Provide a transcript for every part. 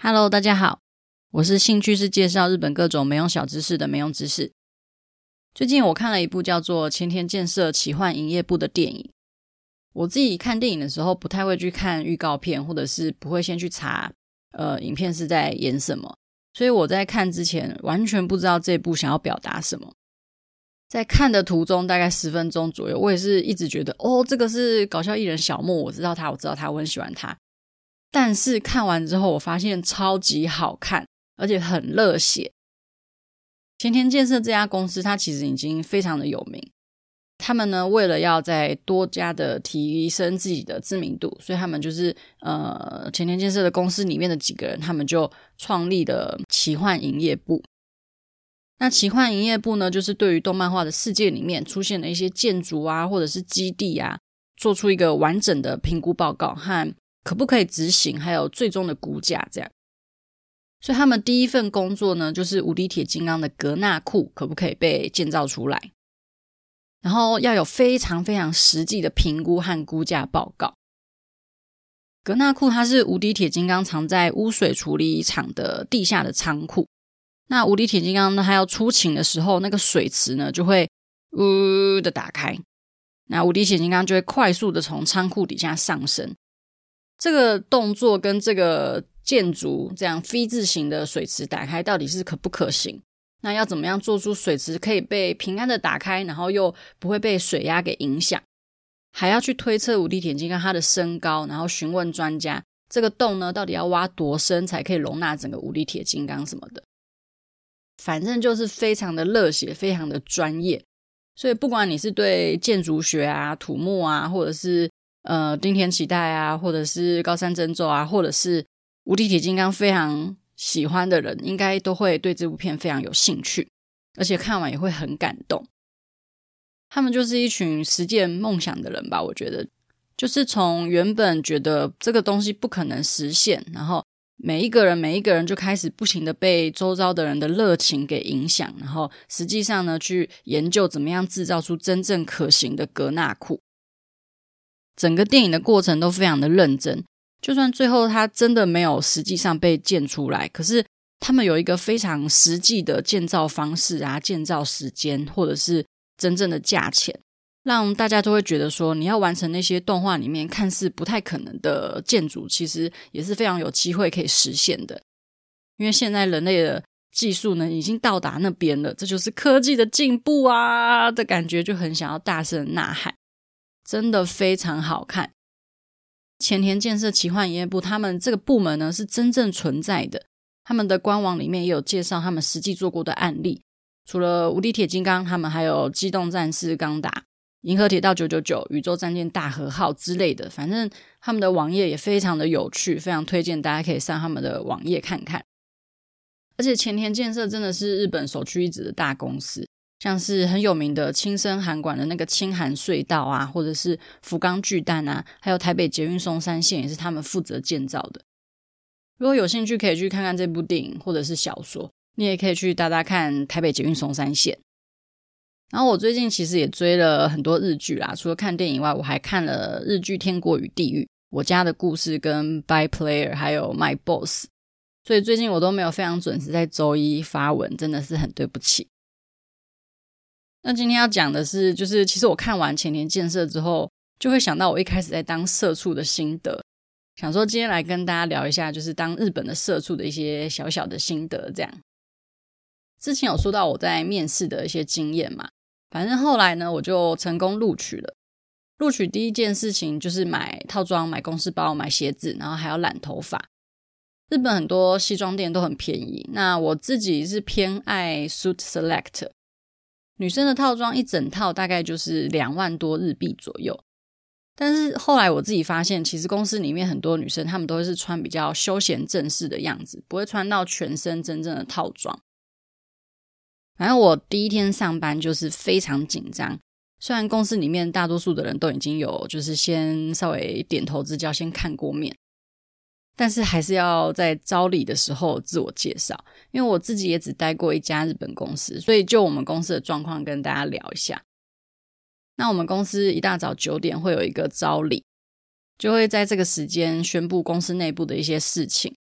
Hello， 大家好，我是兴趣是介绍日本各种没用小知识的没用知识。最近我看了一部叫做《前田建设奇幻营业部》的电影。我自己看电影的时候不太会去看预告片，或者是不会先去查影片是在演什么，所以我在看之前完全不知道这部想要表达什么。在看的途中大概10分钟左右，我也是一直觉得这个是搞笑艺人小莫，我知道他，我很喜欢他。但是看完之后我发现超级好看，而且很热血。前田建设这家公司它其实已经非常的有名，他们呢为了要再多加的提升自己的知名度，所以他们就是前田建设的公司里面的几个人，他们就创立了奇幻营业部。那奇幻营业部呢，就是对于动漫画的世界里面出现的一些建筑啊或者是基地啊，做出一个完整的评估报告和可不可以执行，还有最终的估价这样。所以他们第一份工作呢，就是无敌铁金刚的格纳库可不可以被建造出来，然后要有非常非常实际的评估和估价报告。格纳库它是无敌铁金刚藏在污水处理厂的地下的仓库。那无敌铁金刚呢，它要出勤的时候，那个水池呢就会的打开，那无敌铁金刚就会快速的从仓库底下上升。这个动作跟这个建筑这样 V 字形的水池打开到底是可不可行？那要怎么样做出水池可以被平安的打开，然后又不会被水压给影响？还要去推测无敌铁金刚它的身高，然后询问专家这个洞呢到底要挖多深才可以容纳整个无敌铁金刚什么的。反正就是非常的热血，非常的专业。所以不管你是对建筑学啊、土木啊，或者是町田启代啊，或者是高山真宙啊，或者是无敌铁金刚非常喜欢的人，应该都会对这部片非常有兴趣，而且看完也会很感动。他们就是一群实践梦想的人吧，我觉得就是从原本觉得这个东西不可能实现，然后每一个人就开始不停的被周遭的人的热情给影响，然后实际上呢去研究怎么样制造出真正可行的格纳库。整个电影的过程都非常的认真，就算最后它真的没有实际上被建出来，可是他们有一个非常实际的建造方式啊、建造时间或者是真正的价钱，让大家都会觉得说你要完成那些动画里面看似不太可能的建筑，其实也是非常有机会可以实现的。因为现在人类的技术呢已经到达那边了，这就是科技的进步啊的感觉，就很想要大声呐喊。真的非常好看。前田建设奇幻营业部他们这个部门呢是真正存在的，他们的官网里面也有介绍他们实际做过的案例，除了无敌铁金刚，他们还有机动战士钢达、银河铁道999、宇宙战舰大和号之类的，反正他们的网页也非常的有趣，非常推荐大家可以上他们的网页看看。而且前田建设真的是日本首屈一指的大公司，像是很有名的青森函馆的那个青函隧道啊，或者是福冈巨蛋啊，还有台北捷运松山线也是他们负责建造的。如果有兴趣可以去看看这部电影或者是小说，你也可以去搭搭看台北捷运松山线。然后我最近其实也追了很多日剧啦，除了看电影以外，我还看了日剧《天国与地狱》、我家的故事跟 By Player 还有 My Boss， 所以最近我都没有非常准时在周一发文，真的是很对不起。那今天要讲的是，就是其实我看完前田建设之后，就会想到我一开始在当社畜的心得，想说今天来跟大家聊一下，就是当日本的社畜的一些小小的心得这样。之前有说到我在面试的一些经验嘛，反正后来呢我就成功录取了。录取第一件事情就是买套装、买公事包、买鞋子，然后还要染头发。日本很多西装店都很便宜，那我自己是偏爱 Suit Select，女生的套装一整套大概就是2万多日币左右。但是后来我自己发现，其实公司里面很多女生她们都是穿比较休闲正式的样子，不会穿到全身真正的套装。反正我第一天上班就是非常紧张，虽然公司里面大多数的人都已经有就是先稍微点头之交，先看过面，但是还是要在招礼的时候自我介绍。因为我自己也只待过一家日本公司，所以就我们公司的状况跟大家聊一下。那我们公司一大早9点会有一个招礼，就会在这个时间宣布公司内部的一些事情。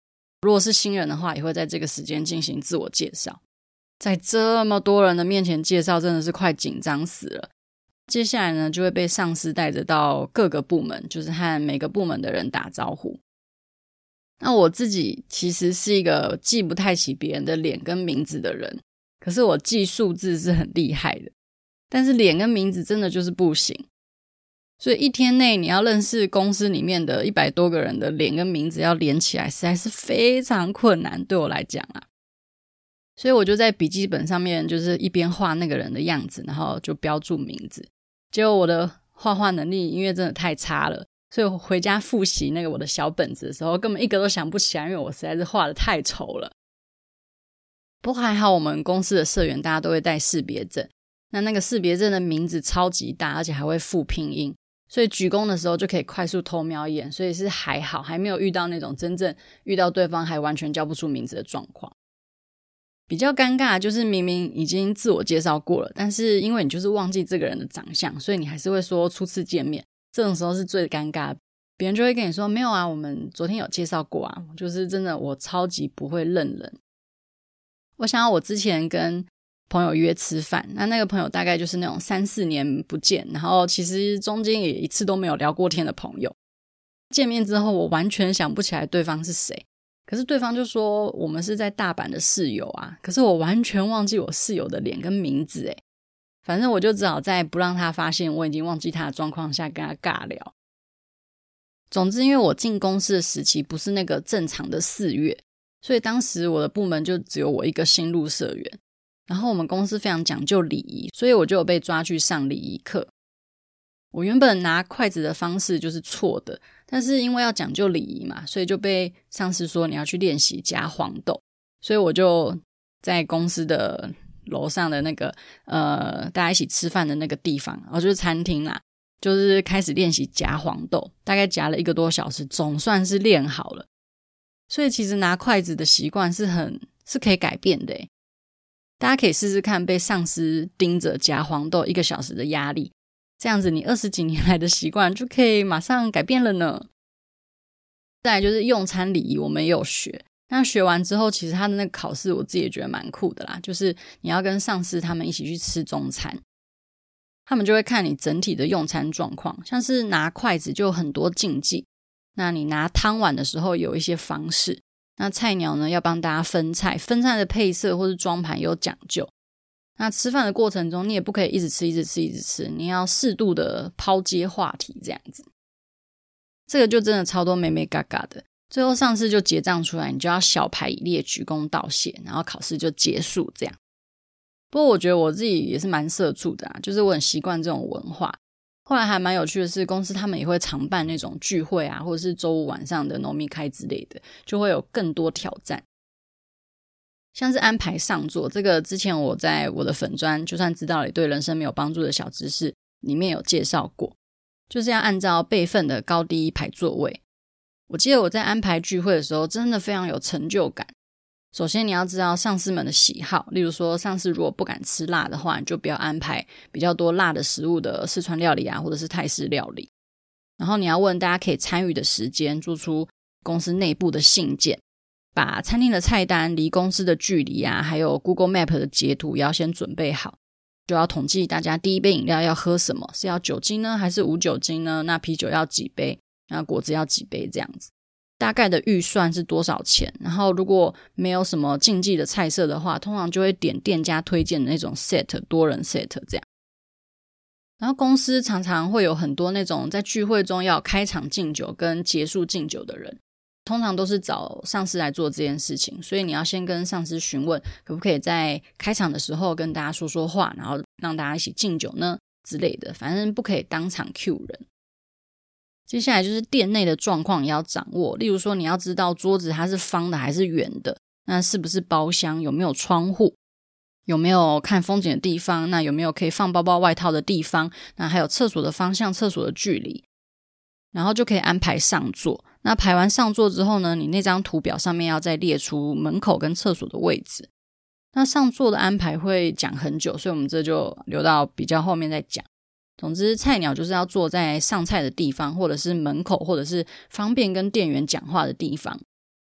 如果是新人的话，也会在这个时间进行自我介绍。在这么多人的面前介绍，真的是快紧张死了。接下来呢，就会被上司带着到各个部门，就是和每个部门的人打招呼。那我自己其实是一个记不太起别人的脸跟名字的人，可是我记数字是很厉害的，但是脸跟名字真的就是不行。所以一天内你要认识公司里面的100多个人的脸跟名字要连起来，实在是非常困难，对我来讲啊。所以我就在笔记本上面就是一边画那个人的样子，然后就标注名字。结果我的画画能力因为真的太差了，所以我回家复习那个我的小本子的时候，根本一个都想不起来，因为我实在是画得太丑了。不过还好我们公司的社员大家都会带识别证，那个识别证的名字超级大，而且还会附拼音，所以鞠躬的时候就可以快速偷瞄一眼，所以是还好，还没有遇到那种真正遇到对方还完全叫不出名字的状况。比较尴尬的就是明明已经自我介绍过了，但是因为你就是忘记这个人的长相，所以你还是会说初次见面，这种时候是最尴尬的。别人就会跟你说没有啊，我们昨天有介绍过啊，就是真的我超级不会认人。我想到我之前跟朋友约吃饭，那个朋友大概就是那种3-4年不见，然后其实中间也一次都没有聊过天的朋友。见面之后我完全想不起来对方是谁，可是对方就说我们是在大阪的室友啊，可是我完全忘记我室友的脸跟名字诶。反正我就只好在不让他发现我已经忘记他的状况下跟他尬聊。总之因为我进公司的时期不是那个正常的4月，所以当时我的部门就只有我一个新入社员，然后我们公司非常讲究礼仪，所以我就有被抓去上礼仪课。我原本拿筷子的方式就是错的，但是因为要讲究礼仪嘛，所以就被上司说你要去练习夹黄豆，所以我就在公司的楼上的那个大家一起吃饭的那个地方，然后就是餐厅啦，就是开始练习夹黄豆，大概夹了1个多小时，总算是练好了。所以其实拿筷子的习惯是可以改变的耶。大家可以试试看被上司盯着夹黄豆1个小时的压力，这样子你20几年来的习惯就可以马上改变了呢。再来就是用餐礼仪我们也有学，那学完之后其实他的那个考试我自己也觉得蛮酷的啦，就是你要跟上司他们一起去吃中餐，他们就会看你整体的用餐状况，像是拿筷子就有很多禁忌，那你拿汤碗的时候有一些方式，那菜鸟呢要帮大家分菜的配色或是装盘有讲究，那吃饭的过程中你也不可以一直吃，你要适度的抛接话题这样子。这个就真的超多妹妹嘎嘎的，最后上司就结账出来，你就要小排一列鞠躬道谢，然后考试就结束这样。不过我觉得我自己也是蛮社畜的啊，就是我很习惯这种文化。后来还蛮有趣的是，公司他们也会常办那种聚会啊，或者是周五晚上的农民开之类的，就会有更多挑战。像是安排上座，这个之前我在我的粉专就算知道了对人生没有帮助的小知识里面有介绍过，就是要按照辈分的高低排座位。我记得我在安排聚会的时候真的非常有成就感。首先你要知道上司们的喜好，例如说上司如果不敢吃辣的话，你就不要安排比较多辣的食物的四川料理啊，或者是泰式料理。然后你要问大家可以参与的时间，做出公司内部的信件，把餐厅的菜单、离公司的距离啊，还有 Google Map 的截图也要先准备好，就要统计大家第一杯饮料要喝什么，是要酒精呢还是无酒精呢？那啤酒要几杯，那果汁要几杯这样子。大概的预算是多少钱，然后如果没有什么禁忌的菜色的话，通常就会点店家推荐的那种 set 多人 set 这样。然后公司常常会有很多那种在聚会中要开场敬酒跟结束敬酒的人，通常都是找上司来做这件事情，所以你要先跟上司询问可不可以在开场的时候跟大家说说话，然后让大家一起敬酒呢之类的，反正不可以当场 cue 人。接下来就是店内的状况也要掌握，例如说你要知道桌子它是方的还是圆的，那是不是包厢，有没有窗户，有没有看风景的地方，那有没有可以放包包外套的地方，那还有厕所的方向、厕所的距离，然后就可以安排上座。那排完上座之后呢，你那张图表上面要再列出门口跟厕所的位置。那上座的安排会讲很久，所以我们这就留到比较后面再讲。总之菜鸟就是要坐在上菜的地方，或者是门口，或者是方便跟店员讲话的地方。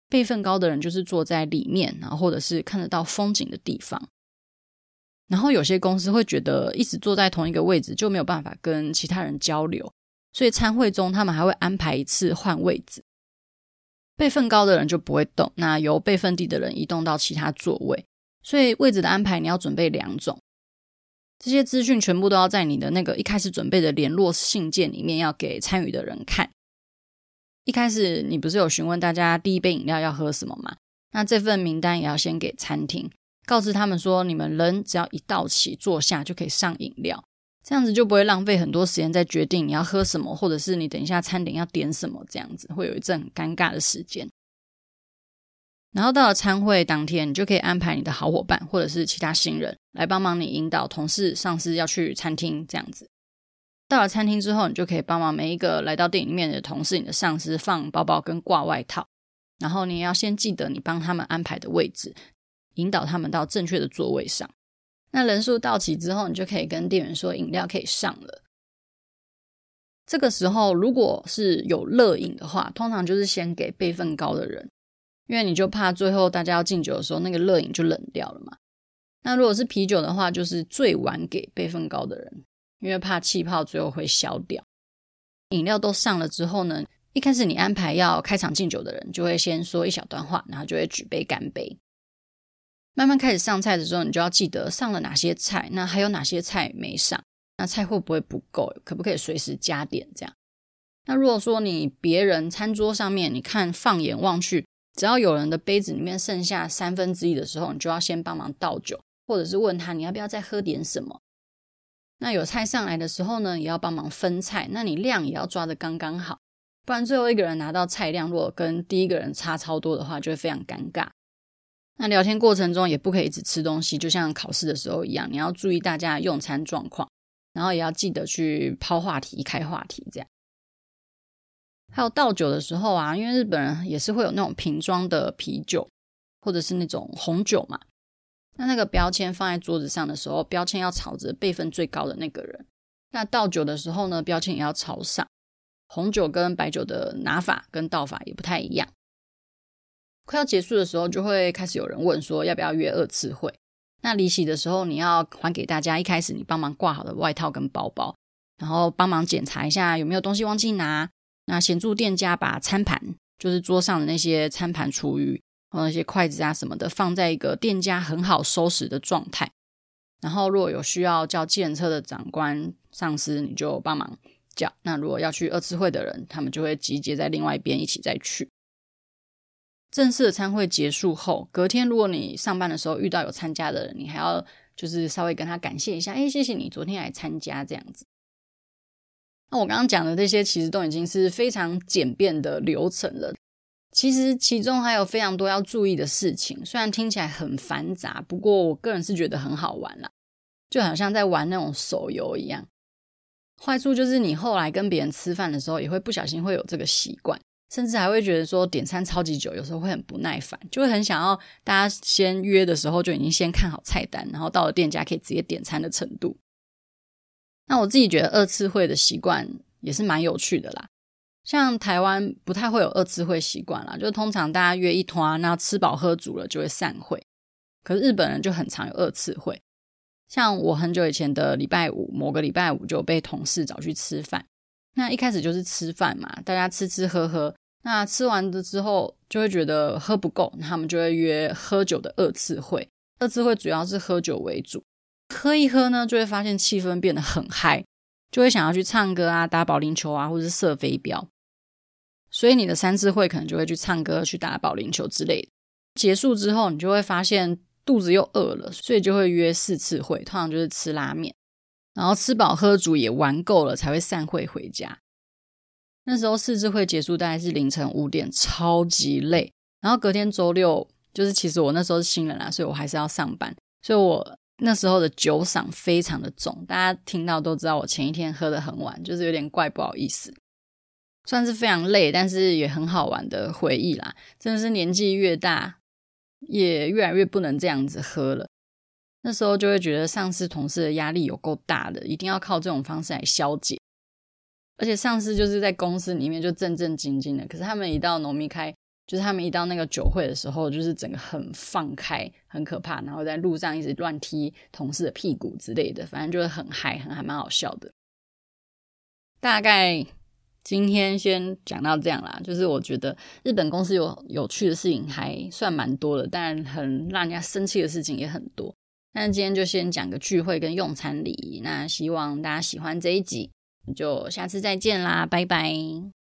辈分高的人就是坐在里面，然后或者是看得到风景的地方。然后有些公司会觉得一直坐在同一个位置就没有办法跟其他人交流，所以餐会中他们还会安排一次换位置，辈分高的人就不会动，那由辈分低的人移动到其他座位。所以位置的安排你要准备2种，这些资讯全部都要在你的那个一开始准备的联络信件里面要给参与的人看。一开始你不是有询问大家第一杯饮料要喝什么吗？那这份名单也要先给餐厅，告知他们说你们人只要一到齐坐下就可以上饮料，这样子就不会浪费很多时间在决定你要喝什么，或者是你等一下餐点要点什么，这样子会有一阵很尴尬的时间。然后到了餐会当天，你就可以安排你的好伙伴或者是其他新人来帮忙你引导同事上司要去餐厅这样子。到了餐厅之后，你就可以帮忙每一个来到店里面的同事，你的上司放包包跟挂外套，然后你也要先记得你帮他们安排的位置，引导他们到正确的座位上。那人数到齐之后，你就可以跟店员说饮料可以上了。这个时候如果是有热饮的话，通常就是先给辈分高的人，因为你就怕最后大家要敬酒的时候那个热饮就冷掉了嘛。那如果是啤酒的话，就是最晚给辈分高的人，因为怕气泡最后会消掉。饮料都上了之后呢，一开始你安排要开场敬酒的人就会先说一小段话，然后就会举杯干杯。慢慢开始上菜的时候，你就要记得上了哪些菜，那还有哪些菜没上，那菜会不会不够，可不可以随时加点这样。那如果说你别人餐桌上面你看放眼望去，只要有人的杯子里面剩下1/3的时候，你就要先帮忙倒酒，或者是问他你要不要再喝点什么。那有菜上来的时候呢，也要帮忙分菜，那你量也要抓得刚刚好，不然最后一个人拿到菜量如果跟第一个人差超多的话，就会非常尴尬。那聊天过程中也不可以一直吃东西，就像考试的时候一样，你要注意大家的用餐状况，然后也要记得去抛话题开话题这样。还有倒酒的时候啊，因为日本人也是会有那种瓶装的啤酒或者是那种红酒嘛，那个标签放在桌子上的时候，标签要朝着辈分最高的那个人。那倒酒的时候呢，标签也要朝上。红酒跟白酒的拿法跟倒法也不太一样。快要结束的时候，就会开始有人问说要不要约2次会。那离席的时候，你要还给大家一开始你帮忙挂好的外套跟包包，然后帮忙检查一下有没有东西忘记拿。那协助店家把餐盘，就是桌上的那些餐盘厨余或那些筷子啊什么的，放在一个店家很好收拾的状态。然后如果有需要叫计程车的长官上司，你就帮忙叫。那如果要去2次会的人，他们就会集结在另外一边一起再去。正式的餐会结束后，隔天如果你上班的时候遇到有参加的人，你还要就是稍微跟他感谢一下，谢谢你昨天来参加这样子。那我刚刚讲的这些其实都已经是非常简便的流程了，其实其中还有非常多要注意的事情，虽然听起来很繁杂，不过我个人是觉得很好玩啦，就好像在玩那种手游一样。坏处就是你后来跟别人吃饭的时候也会不小心会有这个习惯，甚至还会觉得说点餐超级久，有时候会很不耐烦，就会很想要大家先约的时候就已经先看好菜单，然后到了店家可以直接点餐的程度。那我自己觉得2次会的习惯也是蛮有趣的啦，像台湾不太会有2次会习惯啦，就通常大家约一团，然后吃饱喝足了就会散会。可是日本人就很常有2次会，像我很久以前的礼拜五，某个礼拜五就被同事找去吃饭。那一开始就是吃饭嘛，大家吃吃喝喝，那吃完了之后就会觉得喝不够，他们就会约喝酒的2次会。2次会主要是喝酒为主，喝一喝呢就会发现气氛变得很嗨，就会想要去唱歌啊，打保龄球啊，或者是射飞镖。所以你的3次会可能就会去唱歌，去打保龄球之类的。结束之后你就会发现肚子又饿了，所以就会约4次会，通常就是吃拉面，然后吃饱喝足也玩够了才会散会回家。那时候4次会结束大概是凌晨5点，超级累。然后隔天周六，就是其实我那时候是新人啦，所以我还是要上班，所以我那时候的酒嗓非常的重，大家听到都知道我前一天喝得很晚，就是有点怪不好意思。算是非常累，但是也很好玩的回忆啦。真的是年纪越大也越来越不能这样子喝了，那时候就会觉得上司同事的压力有够大的，一定要靠这种方式来消解。而且上司就是在公司里面就正正经经的，可是他们一到农民开就是他们一到那个酒会的时候，就是整个很放开，很可怕，然后在路上一直乱踢同事的屁股之类的，反正就是很嗨，还蛮好笑的。大概今天先讲到这样啦，就是我觉得日本公司有趣的事情还算蛮多的，但很让人家生气的事情也很多。那今天就先讲个聚会跟用餐礼仪，那希望大家喜欢这一集，就下次再见啦，拜拜。